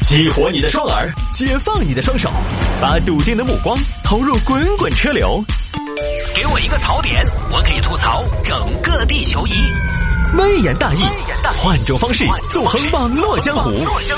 激活你的双耳，解放你的双手，把笃定的目光投入滚滚车流。 给我一个槽点，我可以吐槽整个地球仪。 微言大义，换种方式纵横网络江湖。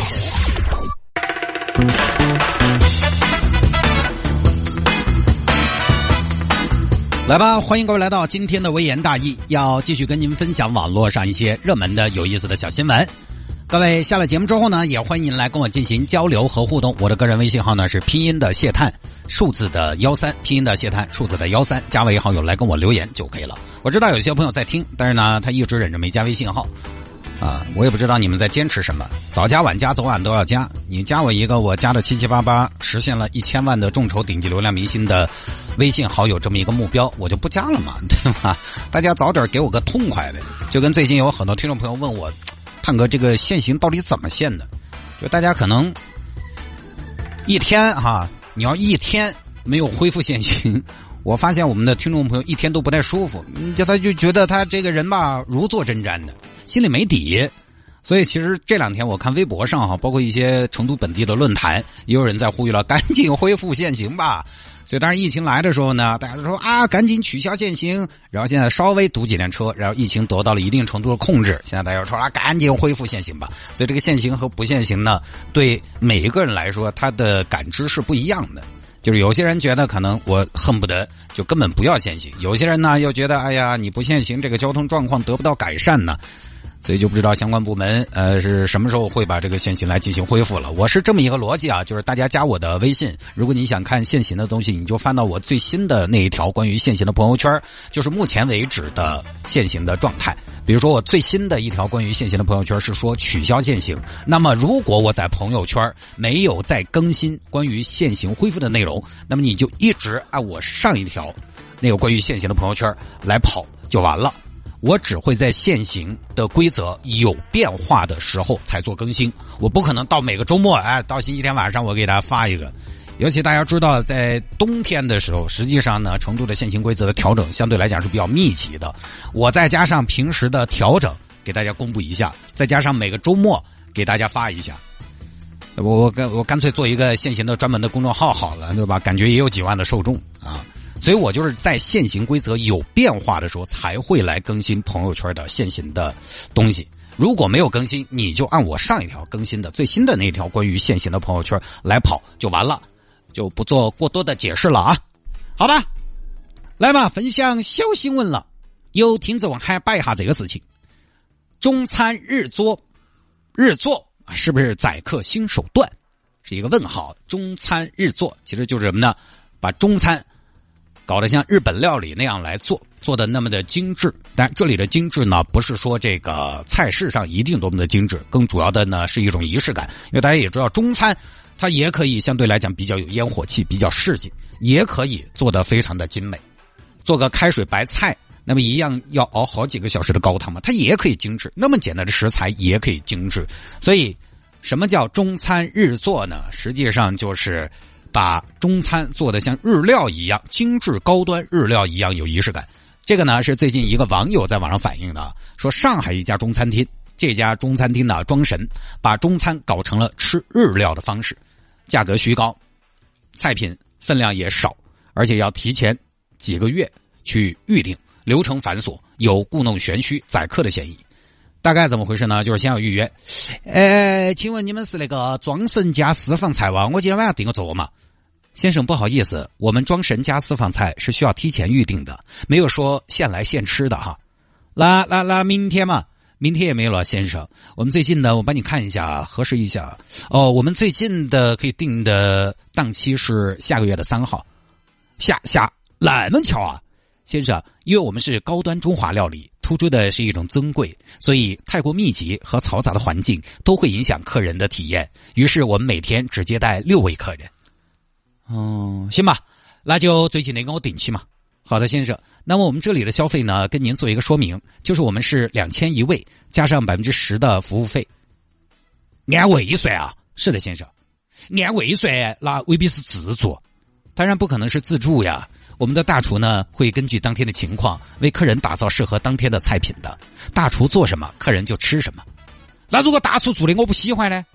来吧，欢迎各位来到今天的微言大义，要继续跟您分享网络上一些热门的有意思的小新闻。各位下了节目之后呢，也欢迎您来跟我进行交流和互动。我的个人微信号呢是拼音的谢探，数字的13，拼音的谢探，数字的13，加为好友来跟我留言就可以了。我知道有些朋友在听，但是呢他一直忍着没加微信号我也不知道你们在坚持什么，早加晚加早晚都要加。你加我一个，我加了7788，实现了1000万的众筹顶级流量明星的微信好友这么一个目标，我就不加了嘛，对吧？大家早点给我个痛快呗。就跟最近有很多听众朋友问我，探哥这个限行到底怎么限的？就大家可能一天你要一天没有恢复限行，我发现我们的听众朋友一天都不太舒服，他就觉得他这个人吧如坐针毡的，心里没底。所以其实这两天我看微博上包括一些成都本地的论坛，也有人在呼吁了，赶紧恢复限行吧。所以当然疫情来的时候呢，大家都说赶紧取消限行，然后现在稍微堵几辆车，然后疫情得到了一定程度的控制，现在大家说赶紧恢复限行吧。所以这个限行和不限行呢，对每一个人来说他的感知是不一样的。就是有些人觉得可能我恨不得就根本不要限行，有些人呢又觉得你不限行这个交通状况得不到改善呢。所以就不知道相关部门是什么时候会把这个限行来进行恢复了。我是这么一个逻辑就是大家加我的微信，如果你想看限行的东西，你就翻到我最新的那一条关于限行的朋友圈，就是目前为止的限行的状态。比如说我最新的一条关于限行的朋友圈是说取消限行，那么如果我在朋友圈没有再更新关于限行恢复的内容，那么你就一直按我上一条那个关于限行的朋友圈来跑就完了。我只会在限行的规则有变化的时候才做更新，我不可能到每个周末到星期天晚上我给大家发一个。尤其大家知道在冬天的时候，实际上呢成都的限行规则的调整相对来讲是比较密集的，我再加上平时的调整给大家公布一下，再加上每个周末给大家发一下，我干脆做一个限行的专门的公众号好了，对吧？感觉也有几万的受众所以我就是在限行规则有变化的时候才会来更新朋友圈的限行的东西。如果没有更新，你就按我上一条更新的最新的那条关于限行的朋友圈来跑就完了，就不做过多的解释了好吧，来吧，分享小新闻了。有听众还摆一下这个事情，中餐日作是不是宰客新手段？是一个问号。中餐日作其实就是什么呢？把中餐搞得像日本料理那样来做的那么的精致。但这里的精致呢，不是说这个菜式上一定多么的精致，更主要的呢是一种仪式感。因为大家也知道，中餐它也可以相对来讲比较有烟火气，比较市井，也可以做得非常的精美。做个开水白菜，那么一样要熬好几个小时的高汤嘛，它也可以精致。那么简单的食材也可以精致。所以什么叫中餐日作呢？实际上就是把中餐做得像日料一样精致高端，日料一样有仪式感。这个呢是最近一个网友在网上反映的，说上海一家中餐厅，这家中餐厅呢装神，把中餐搞成了吃日料的方式，价格虚高，菜品分量也少，而且要提前几个月去预定，流程繁琐，有故弄玄虚宰客的嫌疑。大概怎么回事呢？就是先要预约。请问你们是那个装神加私房菜吗？我今天晚上订个座嘛。先生不好意思，我们装神加私房菜是需要提前预定的，没有说现来现吃的哈。那明天嘛，明天也没有了，先生。我们最近的我帮你看一下，核实一下。我们最近的可以订的档期是下个月的3号。下那么巧啊，先生，因为我们是高端中华料理，突出的是一种尊贵，所以太过密集和嘈杂的环境都会影响客人的体验。于是我们每天只接待6位客人。行吧，那就最近那个我定期嘛。好的，先生。那么我们这里的消费呢，跟您做一个说明，就是我们是2000一位，加上10%的服务费。按位算啊？是的，先生。按位算，那未必是自助，当然不可能是自助呀。我们的大厨呢，会根据当天的情况，为客人打造适合当天的菜品的。大厨做什么，客人就吃什么。那如果大厨做的我不喜欢呢？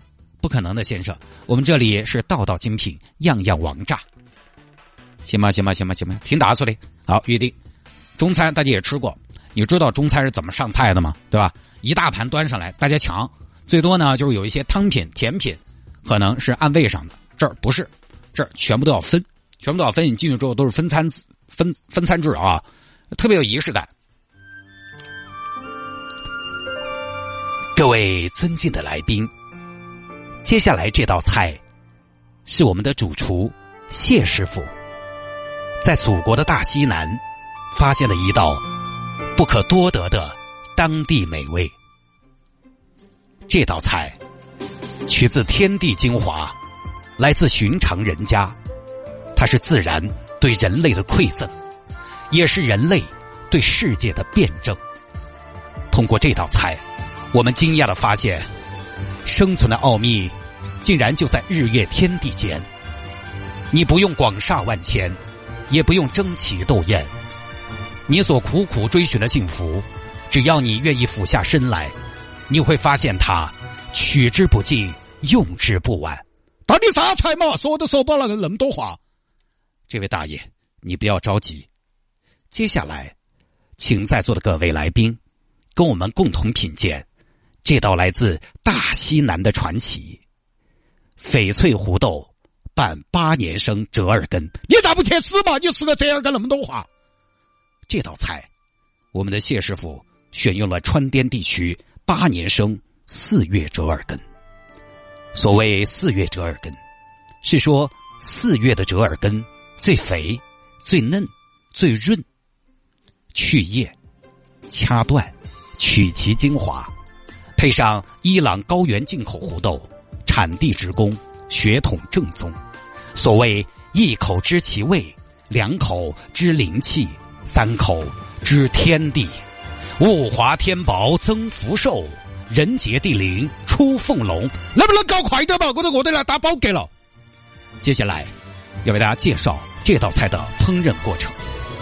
不可能的，先生，我们这里是道道精品，样样王炸。行吧，听打出来。好，预定。中餐大家也吃过，你知道中餐是怎么上菜的吗？对吧？一大盘端上来，大家抢，最多呢就是有一些汤品、甜品，可能是按位上的。这儿不是，这儿全部都要分。你进去之后都是分餐制啊，特别有仪式感。各位尊敬的来宾，接下来这道菜是我们的主厨谢师傅在祖国的大西南发现了一道不可多得的当地美味。这道菜取自天地精华，来自寻常人家，它是自然对人类的馈赠，也是人类对世界的辩证。通过这道菜，我们惊讶地发现，生存的奥秘竟然就在日月天地间。你不用广厦万千，也不用争奇斗艳，你所苦苦追寻的幸福，只要你愿意俯下身来，你会发现它取之不尽，用之不完。到底啥菜嘛？说都说不了那么多话。这位大爷，你不要着急，接下来请在座的各位来宾跟我们共同品鉴这道来自大西南的传奇——翡翠胡豆拌8年生折耳根。你咋不去吃嘛？你吃个折耳根那么多话。这道菜我们的谢师傅选用了川滇地区8年生4月折耳根。所谓4月折耳根，是说4月的折耳根最肥、最嫩、最润，去叶、掐断，取其精华，配上伊朗高原进口胡豆，产地直供，血统正宗。所谓一口知其味，2口知灵气，3口知天地。物华天宝增福寿，人杰地灵出凤龙。能不能搞快点吧？我得来打饱嗝了。接下来要为大家介绍这道菜的烹饪过程。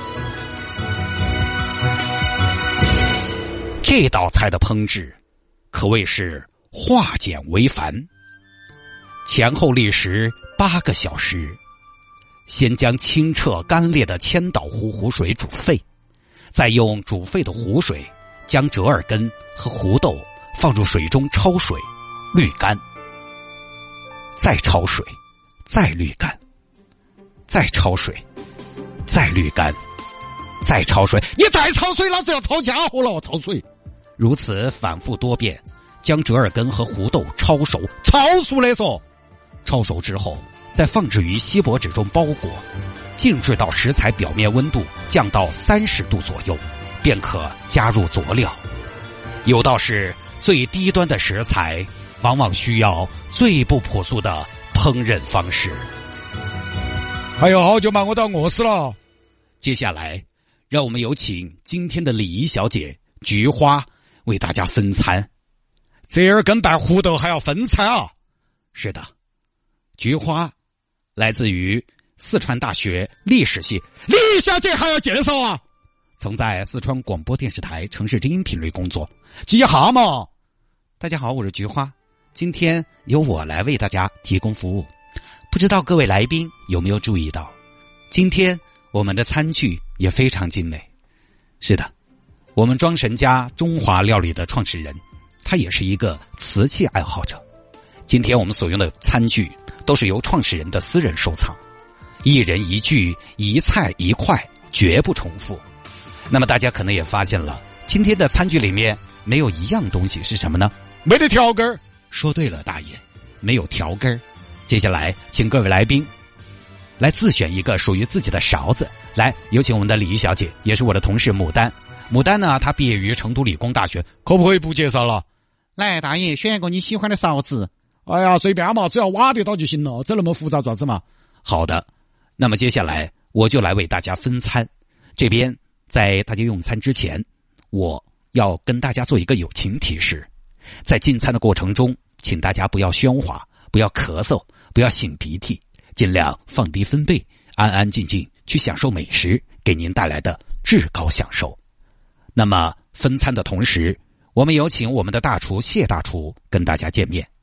这道菜的烹制可谓是化简为繁，前后历时8个小时。先将清澈干裂的千岛湖水煮沸，再用煮沸的湖水将折耳根和胡豆放入水中焯水滤干，再焯水，再滤干，再焯水，再滤干，再焯水。你再焯水，老子要抄家伙了！焯水，如此反复多遍，将折耳根和胡豆焯熟。焯熟来说，焯熟之后，再放置于锡箔纸中包裹，静置到食材表面温度降到30度左右，便可加入佐料。有道是，最低端的食材往往需要最不朴素的烹饪方式。还有好久嘛，我都要饿死了。接下来让我们有请今天的礼仪小姐菊花为大家分餐。折耳根拌胡豆还要分餐啊？是的，菊花来自于四川大学历史系。李小姐还要介绍啊？曾在四川广播电视台城市之音频率工作。几下嘛？大家好，我是菊花，今天由我来为大家提供服务。不知道各位来宾有没有注意到，今天我们的餐具也非常精美。是的，我们庄神家中华料理的创始人，他也是一个瓷器爱好者。今天我们所用的餐具都是由创始人的私人收藏，一人一具，一菜一块，绝不重复。那么大家可能也发现了，今天的餐具里面没有一样东西，是什么呢？没得调根儿。说对了，大爷，没有调根儿。接下来请各位来宾来自选一个属于自己的勺子。来，有请我们的礼仪小姐，也是我的同事牡丹。牡丹呢，她毕业于成都理工大学，可不可以不介绍了？来，大爷，选一个你喜欢的勺子。哎呀，随便嘛，只要挖得到就行了，这那么复杂做什么？好的，那么接下来我就来为大家分餐。这边在大家用餐之前，我要跟大家做一个友情提示。在进餐的过程中，请大家不要喧哗，不要咳嗽，不要擤鼻涕，尽量放低分贝，安安静静去享受美食给您带来的至高享受。那么分餐的同时，我们有请我们的大厨谢大厨跟大家见面。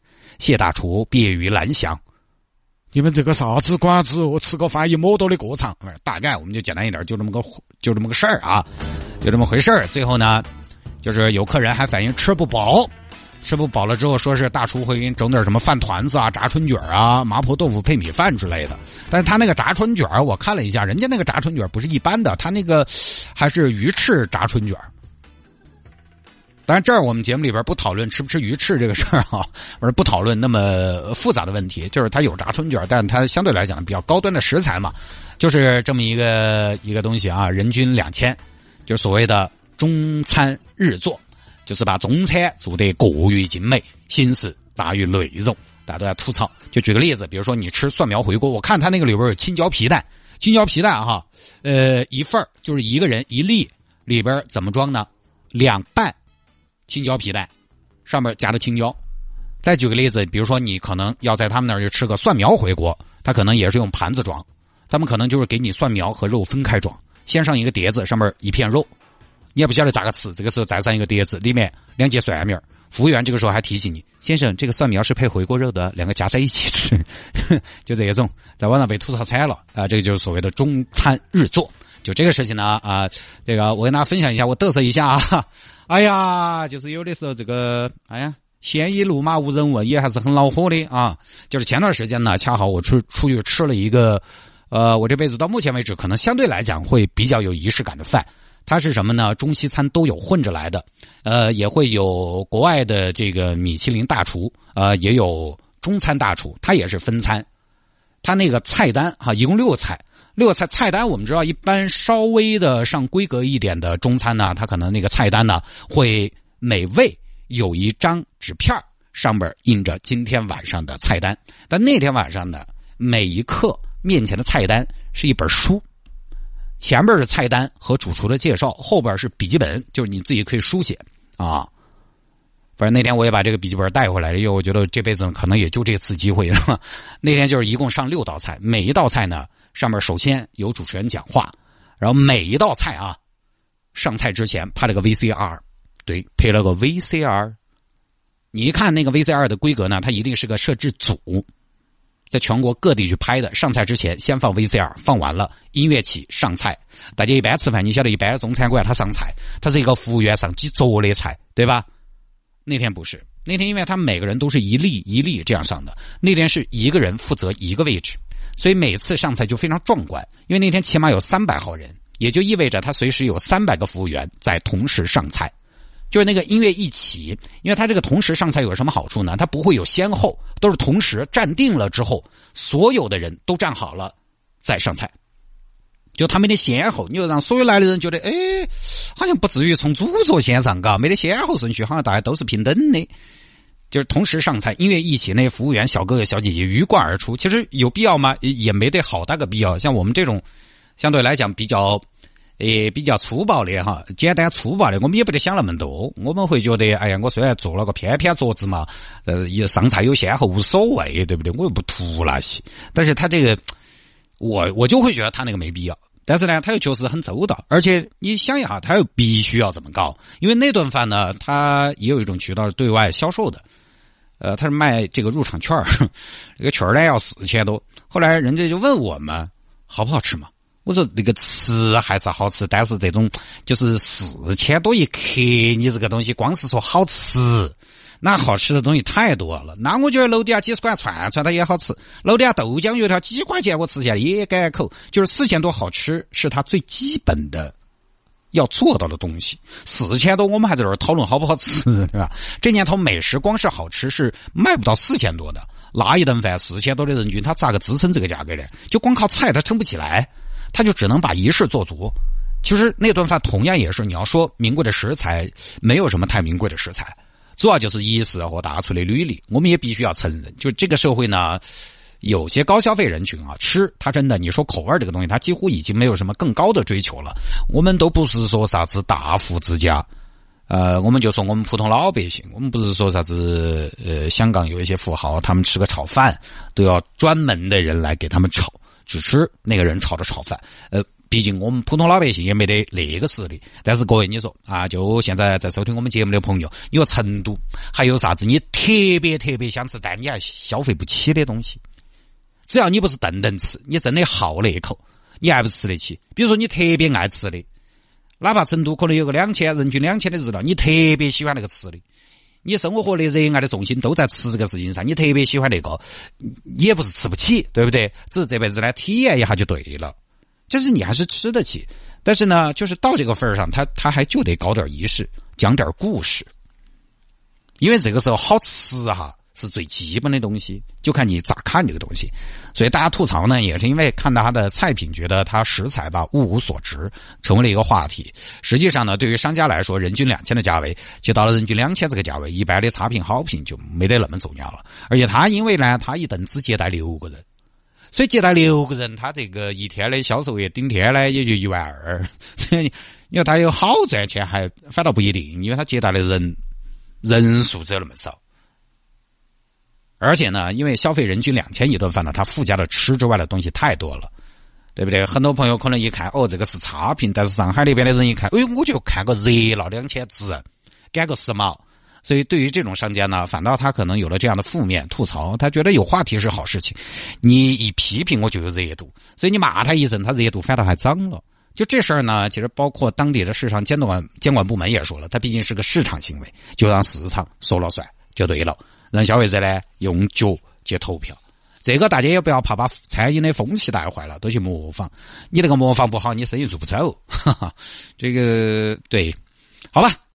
谢大厨毕业于蓝翔。你们这个啥子馆子，我吃个饭1亩多的过场，大概我们就简单一点，就这么个事儿啊，就这么回事儿。最后呢，就是有客人还反映吃不饱了之后，说是大厨会给你整点什么饭团子啊、炸春卷啊、麻婆豆腐配米饭之类的。但是他那个炸春卷我看了一下，人家那个炸春卷不是一般的，他那个还是鱼翅炸春卷。当然这儿我们节目里边不讨论吃不吃鱼翅这个事儿啊，或者不讨论那么复杂的问题，就是它有炸春卷，但是它相对来讲比较高端的食材嘛，就是这么一个东西啊，人均2000，就是所谓的中餐日做，就是把中餐做得过于精美，形式大于内容，大家都在吐槽。就举个例子，比如说你吃蒜苗回锅，我看它那个里边有青椒皮蛋哈，一份就是一个人1粒，里边怎么装呢？2瓣青椒皮蛋，上面夹的青椒。再举个例子，比如说你可能要在他们那儿就吃个蒜苗回锅，他可能也是用盘子装，他们可能就是给你蒜苗和肉分开装，先上一个碟子，上面一片肉，你也不晓得咋个吃，这个时候再上一个碟子，里面2节蒜苗。服务员这个时候还提醒你，先生，这个蒜苗是配回锅肉的，2个夹在一起吃，就这种在网上被吐槽惨了啊！这个就是所谓的中餐日做。就这个事情呢这个我跟大家分享一下，我嘚瑟一下啊。哎呀，就是有的时候这个鲜衣怒马无人问，也还是很恼火的啊。就是前段时间呢，恰好我出去吃了一个我这辈子到目前为止可能相对来讲会比较有仪式感的饭。它是什么呢？中西餐都有混着来的，也会有国外的这个米其林大厨，也有中餐大厨，它也是分餐。它那个菜单一共6菜菜单，我们知道一般稍微的上规格一点的中餐呢，它可能那个菜单呢会每位有一张纸片，上面印着今天晚上的菜单。但那天晚上呢，每一客面前的菜单是一本书。前边是菜单和主厨的介绍，后边是笔记本，就是你自己可以书写啊。反正那天我也把这个笔记本带回来了，因为我觉得这辈子可能也就这次机会了。那天就是一共上6道菜，每一道菜呢上面首先有主持人讲话，然后每一道菜上菜之前拍了个 VCR， 对，配了个 VCR。你一看那个 VCR 的规格呢，它一定是个摄制组。在全国各地去拍的，上菜之前先放 VCR， 放完了音乐起上菜。大家一般吃饭，你晓得一般中餐馆他上菜，他是一个服务员上几桌的菜，对吧？那天不是，那天因为他们每个人都是一粒一粒这样上的，那天是一个人负责一个位置，所以每次上菜就非常壮观。因为那天起码有300号人，也就意味着他随时有300个服务员在同时上菜。就是那个音乐一起，因为它这个同时上菜有什么好处呢？它不会有先后，都是同时站定了之后，所有的人都站好了再上菜，就他没得先后，你就让所有来的人觉得好像不至于从主座先上没得先后顺序，好像大家都是平等的。就是同时上菜，音乐一起，那些服务员小哥哥小姐姐鱼贯而出。其实有必要吗？也没得好大个必要。像我们这种相对来讲比较粗暴的简单粗暴的，我们也不得想那么多。我们会觉得，哎呀，我虽然做了个偏偏桌子嘛，上菜有先后无所谓，对不对？我又不图那些。但是他这个，我就会觉得他那个没必要。但是呢，他又确实很周到，而且你想一下，他又必须要这么高，因为那顿饭呢，他也有一种渠道是对外销售的。他是卖这个入场券，这个券呢要4000多。后来人家就问我们好不好吃嘛？我说那个吃还是好吃，但是这种就是4000多一克，你这个东西光是说好吃，那好吃的东西太多了。那我觉得楼底下几十块串串它也好吃，楼底下豆浆油条几块钱我吃下来也改口。就是4000多好吃是它最基本的要做到的东西。4000多我们还在这儿讨论好不好吃，对吧？这年头美食光是好吃是卖不到4000多的，那一顿饭4000多的人均他咋个支撑这个价格呢？就光靠菜他撑不起来，他就只能把仪式做足。其实那顿饭同样也是，你要说名贵的食材，没有什么太名贵的食材，主要就是仪式和大厨的履历。我们也必须要承认，就这个社会呢，有些高消费人群吃它真的，你说口味这个东西，它几乎已经没有什么更高的追求了。我们都不是说啥子大富之家，我们就说我们普通老百姓，我们不是说啥子香港有一些富豪，他们吃个炒饭都要专门的人来给他们炒，只吃那个人炒的炒饭。 毕竟我们普通老百姓也没得那个实力。但是各位你说啊，就现在在收听我们节目的朋友，你说成都还有啥子你特别想吃但你还消费不起的东西？只要你不是顿顿吃，你真的好那一口，你还不是吃得起。比如说你特别爱吃的，哪怕成都可能有个人均2000的日料，你特别喜欢那个吃的，你生活的热爱的重心都在吃这个事情上，你特别喜欢那个，你也不是吃不起，对不对？只是这辈子呢体验一下就对了，就是你还是吃得起。但是呢，就是到这个份上，他还就得搞点仪式，讲点故事，因为这个时候好吃哈是最基本的东西，就看你咋看这个东西。所以大家吐槽呢，也是因为看到他的菜品，觉得他食材吧物无所值，成为了一个话题。实际上呢，对于商家来说，人均2000的价位，就到了人均2000这个价位，一般的差评好评就没得那么重要了。而且他因为呢，他一顿只接待6个人，所以接待6个人，他这个一天的销售额顶天呢也就12000，所以你说他有好赚钱，还反倒不一定，因为他接待的人数只有那么少。而且呢，因为消费人均2000一顿饭呢，它附加的吃之外的东西太多了，对不对？很多朋友可能一看，哦，这个是差评，但是上海那边的人一看，我就看个热闹2000值，干个时髦。所以对于这种商家呢，反倒他可能有了这样的负面吐槽，他觉得有话题是好事情，你一批评我就有热度，所以你骂他一阵，他热度反倒还涨了。就这事儿呢，其实包括当地的市场监管部门也说了，它毕竟是个市场行为，就让市场说了算就对了，让消费者呢用脚去投票。这个大家也不要怕把餐饮的风气带坏了，都去模仿。你那个模仿不好，你生意做不走。这个对，好了。